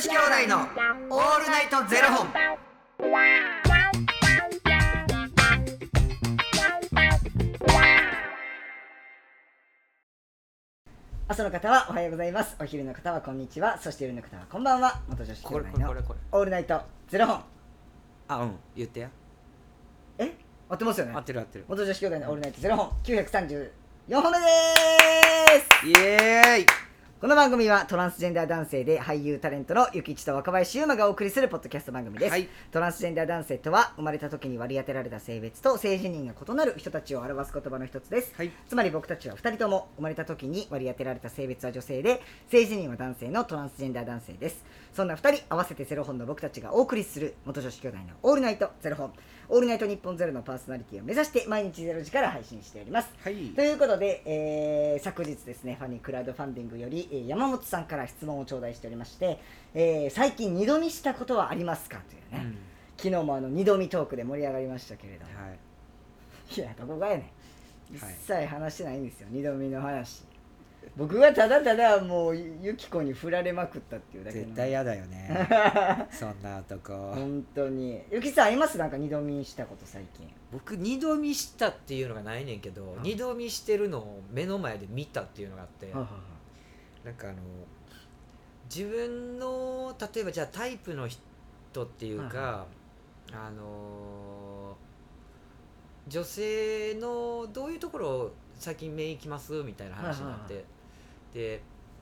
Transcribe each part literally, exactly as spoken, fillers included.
子兄弟のオールナイトゼロ本。 朝の方はおはようございます。お昼の方はこんにちは。そして夜の方はこんばんは。元女子兄弟のオールナイトゼロ本。 あ、うん、言ってや。 え、合ってますよね。 合ってる合ってる。 元女子兄弟のオールナイトゼロ本きゅうひゃくさんじゅうよんほんめでーす。 イエーイ。 この番組はトランスジェンダー男性で俳優タレントのゆきいちと若林優馬がお送りするポッドキャスト番組です、はい、トランスジェンダー男性とは生まれた時に割り当てられた性別と性自認が異なる人たちを表す言葉の一つです、はい、つまり僕たちはふたりとも生まれた時に割り当てられた性別は女性で性自認は男性のトランスジェンダー男性です。そんなふたり合わせてゼロ本の僕たちがお送りする元女子兄弟のオールナイトゼロ本、オールナイト日本ゼロのパーソナリティを目指して毎日ゼロ時から配信しております、はい、ということで、えー、昨日ですねファニークラウドファンディングより、えー、山本さんから質問を頂戴しておりまして、えー、最近二度見したことはありますかというね、うん、昨日もあの二度見トークで盛り上がりましたけれども、はい、いやどこがやねん、一切話してないんですよ、二度見の話。僕はただただもうユキコに振られまくったっていうだけの。 絶対嫌だよねそんな男。 本当に。ユキさんあります？なんか二度見したこと最近。 僕二度見したっていうのがないねんけど、はあ、二度見してるのを目の前で見たっていうのがあって、はあはあ、なんかあの自分の例えばじゃあタイプの人っていうか、はあはあ、あの女性のどういうところを最近目行きますみたいな話になって、はあはあ、で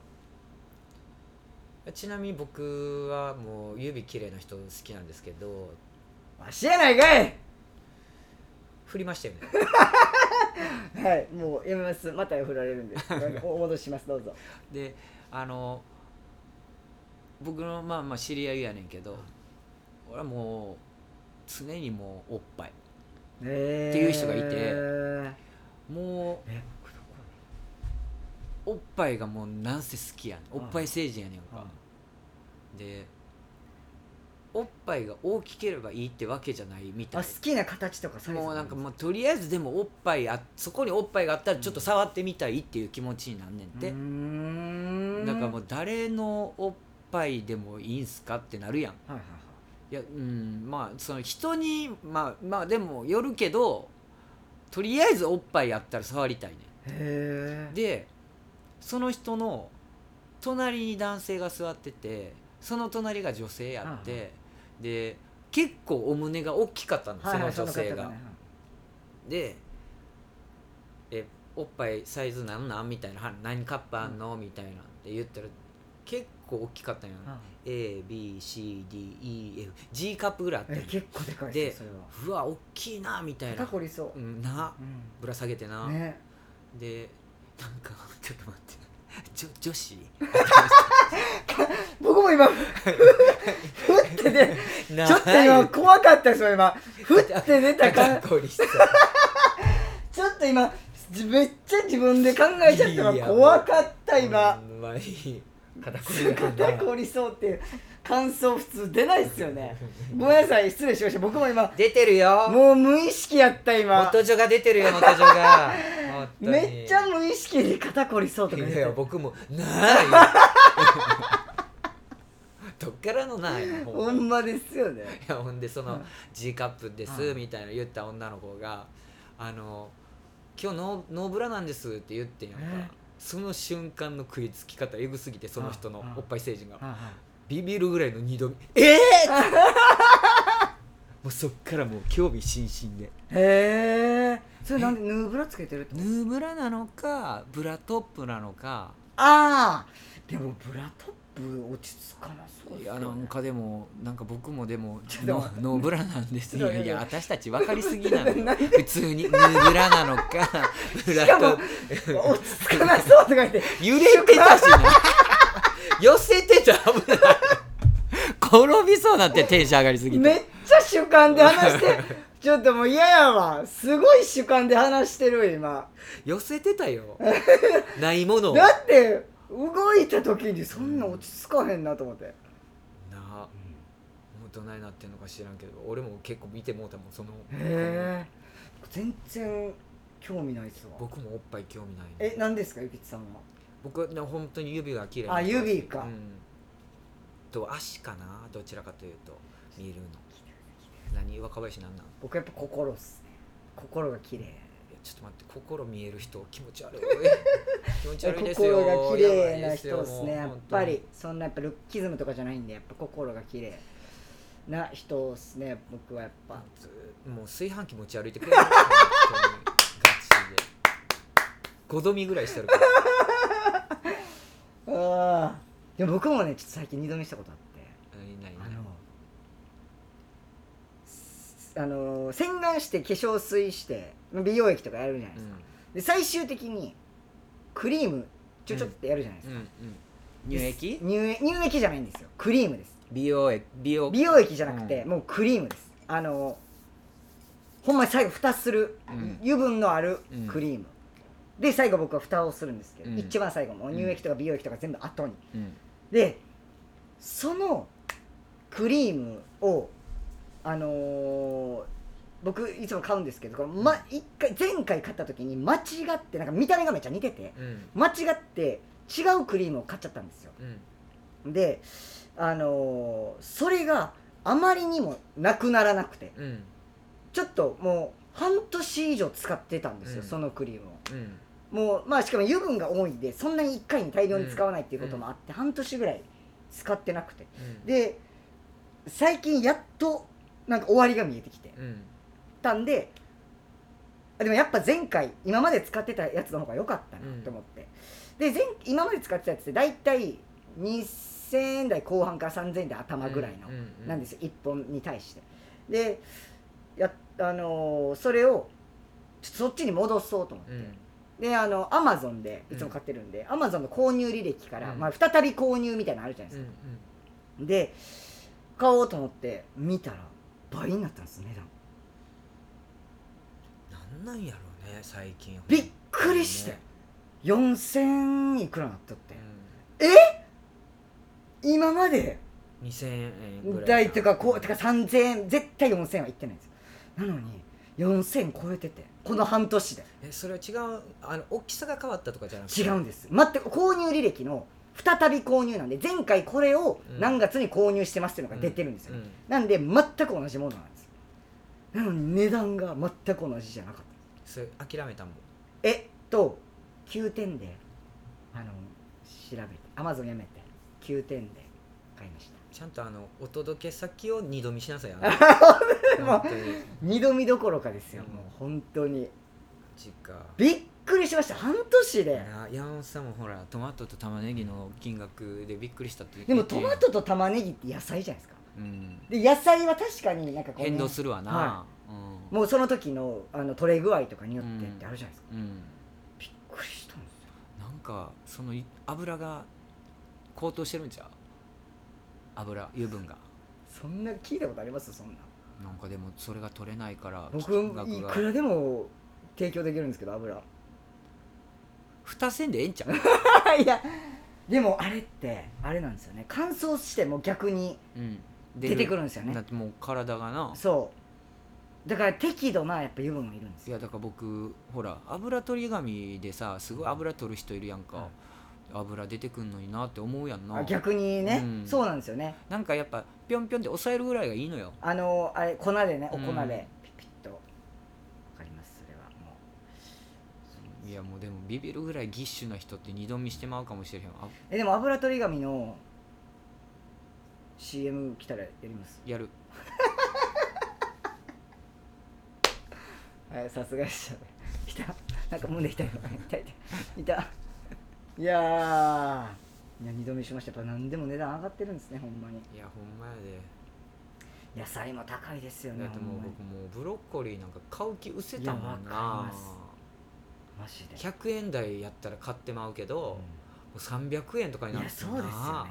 ちなみに僕はもう指綺麗な人好きなんですけど、 わしやないかい。 振りましたよねはい、もうやめます。また振られるんでお戻します、どうぞ。 で、あの僕のまあまあ知り合いやねんけど、俺はもう常にもうおっぱいっていう人がいて、えー、もうおっぱいがもうなんせ好きやねん。おっぱい成人やねんか。でおっぱいが大きければいいってわけじゃないみたい。 あ、好きな形とかサイズもうなんかもうとりあえずでもおっぱいあそこにおっぱいがあったらちょっと触ってみたいっていう気持ちになんねんて。うーん、だからもう誰のおっぱいでもいいんすかってなるやん。はいはいはい。いや、うん、まあその人にまあまあでもよるけど、とりあえずおっぱいあったら触りたいねん。へー。でその人の隣に男性が座ってて、その隣が女性やって、はあ、で結構お胸が大きかったの、はいはい、その女性が、ね、でえおっぱいサイズなんなんみたいな、何カップあんの、うん、みたいなって言ったら結構大きかったんや、はあ、A、B、C、D、E、F、G カップぐらいあったんや。 結構でかいですよ、それは。うわ大きいなみたいな。 肩こりそう、 うん、な、うん、ぶら下げてな、ね、でなんかちょっと待って女, 女子僕も今ふってねちょっと今怖かったですよ。今ふって出たからちょっと今めっちゃ自分で考えちゃったから怖かった今。 ほんまに肩こり肩こりそうっていう感想普通出ないっすよね。ごめんなさい、失礼しました。僕も今出てるよ。 もう無意識やった今。 元女が出てるよ、元女がめっちゃ無意識に肩こりそうとか言って。 いや僕もないどっからのないのほんまですよね。 いやほんでその G カップですみたいな言った女の子が、あの今日ノー、ノーブラなんですって言ってんやんか。その瞬間の食いつき方エグすぎて、その人のおっぱい成人がビビるぐらいの二度見、えーもうそっからもう興味津々で。 へえ。それなんでヌーブラつけてるってこと？ ヌーブラなのかブラトップなのか。 ああでもブラトップ落ち着かなそうですよね。 いやなんかでもなんか僕もでもノーブラなんです。いやいや私たち分かりすぎなの普通にヌーブラなのかブラトップ落ち着かなそうとか言って揺れてたしね寄せてた危ない転びそうなってテンション上がりすぎてめっちゃ主観で話してちょっともう嫌やわ。すごい主観で話してる今。 寄せてたよないものを。 だって動いた時にそんな落ち着かへんなと思って、 なあ、もうどないなってんのか知らんけど俺も結構見てもうたもんその。 へえ。全然興味ないっすわ。 僕もおっぱい興味ない、ね、 え、何ですかゆきちさんは。 僕は本当に指が綺麗な。 あ、指か、 と足かな、どちらかというと見るの。何若林なんなん？ 僕やっぱ心っすね。心が綺麗。 いやちょっと待って、心見える人気持ち悪い気持ち悪いですよ。 心が綺麗な人ですね、 ややっぱり。そんなやっぱルッキズムとかじゃないんで、やっぱ心が綺麗な人ですね、僕はやっぱ。 もう炊飯器持ち歩いてくれる本当にガチでごどみぐらいしてるからああ、でも僕もねちょっと最近二度見したことあって、 何何あのあの洗顔して化粧水して美容液とかやるじゃないですか、うん、で最終的にクリームちょちょってやるじゃないですか、うんうんうん、乳液乳液乳液じゃないんですよ、クリームです。 美容液美容美容液じゃなくて、うん、もうクリームです。あのほんまに最後蓋する、うん、油分のあるクリーム、うん、で最後僕は蓋をするんですけど、うん、一番最後も乳液とか美容液とか全部後に、うん、でそのクリームをあのー、僕いつも買うんですけど、この、ま、一回前回買った時に間違ってなんか見た目がめっちゃ似てて、うん、間違って違うクリームを買っちゃったんですよ、うん、であのー、それがあまりにもなくならなくて、うん、ちょっともう半年以上使ってたんですよ、うん、そのクリームを、うん、もうまあしかも油分が多いんでそんなにいっかいに大量に使わないっていうこともあって、うん、半年ぐらい使ってなくて、うん、で最近やっとなんか終わりが見えてきて、うん、たんででもやっぱ前回今まで使ってたやつの方が良かったなと思って、うん、で前今まで使ってたやつって大体にせんえん台後半からさんぜんえん台頭ぐらいのなんですよ、いっぽんに対して。でやあのー、それをちょっとそっちに戻そうと思って、うん、であのアマゾンでいつも買ってるんで、アマゾンの購入履歴から、うん、まあ、再び購入みたいなのあるじゃないですか、うんうん、で買おうと思って見たら倍になったんです値段。 なんなんやろうね最近。 びっくりして、ね、よんせんいくらなったって、うん、え今までにせんえんぐらい台とかこうてかさんぜんえん絶対よんせんえんはいってないんですよ。なのによんせん超えててこの半年で。 えそれは違うあの大きさが変わったとかじゃなくて。 違うんです。待って購入履歴の再び購入なんで前回これを何月に購入してますっていうのが出てるんですよ、ね、うんうん、なんで全く同じものなんですよ。なのに値段が全く同じじゃなかった。 それ諦めたもん。 えっときゅうてんであの調べて Amazon やめてきゅうてんで買いました。 ちゃんとあのお届け先を二度見しなさいよもう二度見どころかですよ、うん、もう本当にびっくりしました。半年で山本さんもほらトマトと玉ねぎの金額でびっくりしたって言っでて。 もトマトと玉ねぎって野菜じゃないですか、うん、で野菜は確かになんかこう、ね、 変動するわな、 はい、うん、もうその時のあの取れ具合とかによってってあるじゃないですか、うんうん、びっくりしたんですよ。 なんかその油が高騰してるんちゃう。油油分がそんな聞いたことあります？そんななんかでもそれが取れないから僕いくらでも提供できるんですけど油二千でええんちゃういやでもあれってあれなんですよね、乾燥しても逆に出てくるんですよね、うん、 だってもう体がな。 そうだから適度なやっぱ油分がいるんですよ。 いやだから僕ほら油取り紙でさすごい油取る人いるやんか、うん油出てくんのになって思うやんな。 逆にね、うん、そうなんですよね。 なんかやっぱぴょんぴょんで抑えるぐらいがいいのよ。 あのあれ粉でねお粉で、うん、ピピッとわかります。それはもういやもうでもビビるぐらいギッシュな人って二度見してまうかもしれへん。 えでも油取り紙の シーエム 来たらやります。 やるはいさすがでしたね。来たなんか胸痛いの痛い痛いいやーいや二度見しました。やっぱ何でも値段上がってるんですねほんまに。 いやほんまやで。 野菜も高いですよね。 だってもう僕もうブロッコリーなんか買う気失せたもんな。 マジでひゃくえん台やったら買ってまうけど、うん、もうさんびゃくえんとかになってるな。いやそうですよね。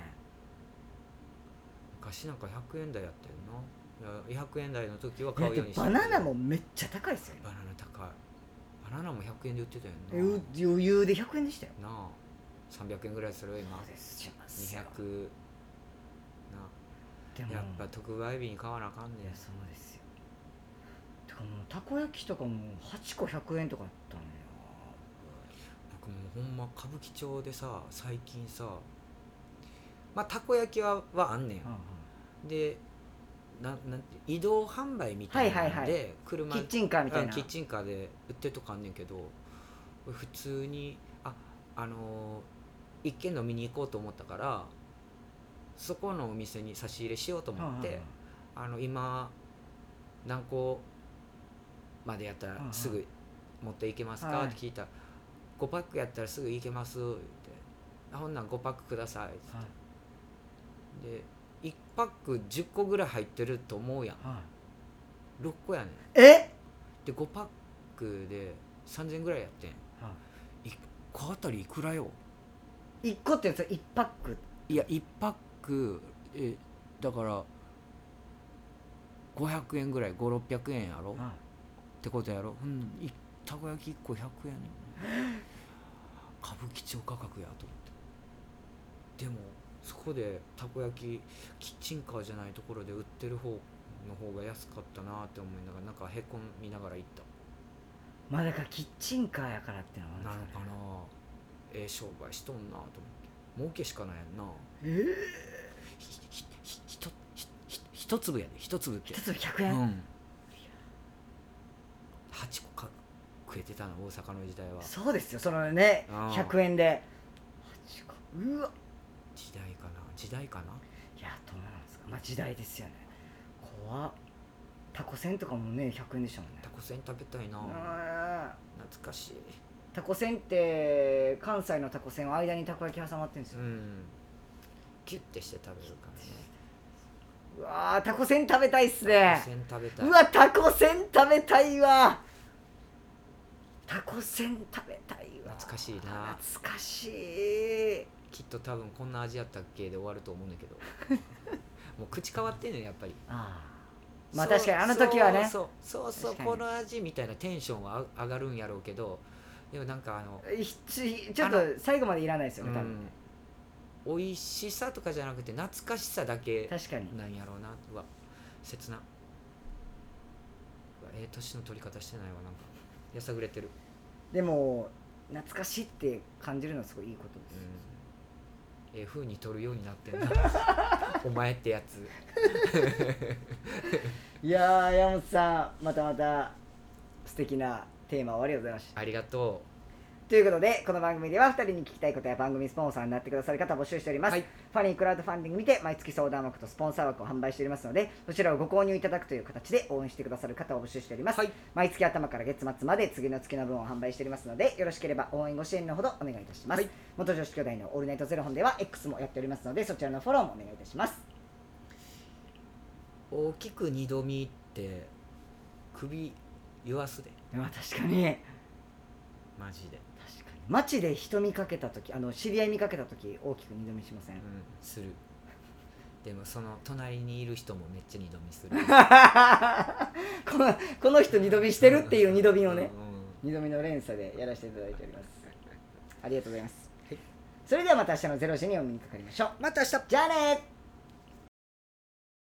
昔なんかひゃくえん台やってるな。ひゃくえん台の時は買うようにしてる。 バナナもめっちゃ高いですよね。 バナナ高い。バナナもひゃくえんで売ってたよな。 余裕でひゃくえんでしたよなあ。さんびゃくえんぐらいする今。にひゃくな。でもやっぱ特売日に買わなあかんねん。いやそうですよ。てかもうたこ焼きとかもはちこひゃくえんとかあったのよ。 僕もほんま歌舞伎町でさ最近さまあたこ焼きははあんねん、 うんうんでななんて移動販売みたいなので、 はいはいはい車キッチンカーみたいなうんキッチンカーで売ってるとこあんねんけど普通にああのー一軒飲みに行こうと思ったからそこのお店に差し入れしようと思って、 うんうんうんあの今何個までやったらすぐ持っていけますか、 はいって聞いたらごパックやったらすぐいけますって言ってあほんなんごパックくださいってはい言ってでいちパックじゅっこぐらい入ってると思うやんはろっこやねんいえでごパックでさんぜんえんぐらいやってんはいっこあたりいくらよいっこってやつはいちパックいやいちパックえだからごひゃくえんぐらいごひゃくろっぴゃくえんやろ、 はってことやろ、うん、いたこ焼きいっこひゃくえん歌舞伎町価格やと思ってでもそこでたこ焼きキッチンカーじゃないところで売ってる方の方が安かったなって思いながらなんかへこみながら行ったまあだからキッチンカーやからってのはなのかなええ商売しとんなと思って儲けしかないやんなえひひひひとひひ一粒やで一粒って一つひゃくえん、 うんはちこか食えてたの大阪の時代はそうですよそのねうんひゃくえんではちこうわ時代かな時代かないやどうなんですかまあ時代ですよね怖っタコせんとかもねひゃくえんでしたもんねタコせん食べたいなあ懐かしいータコせんって関西のタコせんは間にたこ焼き挟まってるんですよ、 うんキュッてして食べるからねうわータコせん食べたいっすタねコせん食べたいうわタコせん食べたいわタコせん食べたいわ懐かしいな懐かしいきっと多分こんな味やったっけで終わると思うんだけどもう口変わってんのよやっぱりああまあそう確かにあの時はねそうそうそうそう確かにこの味みたいなテンションは上がるんやろうけどでもなんかあのひちちょっと最後までいらないですよね多分、 うん美味しさとかじゃなくて懐かしさだけ確かになんやろうなうわ切なうわええ年の取り方してないわなんかやさぐれてるでも懐かしいって感じるのはすごいいいことです、 うんええ風に取るようになってんなお前ってやついやー山本さんまたまた素敵なテーマをありがとうございましたありがとということでこの番組ではふたりに聞きたいことや番組スポンサーになってくださる方を募集しております、 はいファニークラウドファンディングにて毎月相談枠とスポンサー枠を販売しておりますのでそちらをご購入いただくという形で応援してくださる方を募集しております、 はい毎月頭から月末まで次の月の分を販売しておりますのでよろしければ応援ご支援のほどお願いいたします、 はい元女子兄弟のオールナイトゼロ本では X もやっておりますのでそちらのフォローもお願いいたしますう大きく二度見って首言わすでまあ確かにマジで確かに街で人見かけた時あの知り合い見かけた時大きく二度見しません、 うんするでもその隣にいる人もめっちゃ二度見するこのこの人二度見してるっていう二度見をねうん二度見の連鎖でやらせていただいておりますありがとうございます、 はいそれではまた明日のゼロ時にお目にかかりましょうまた明日じゃあねー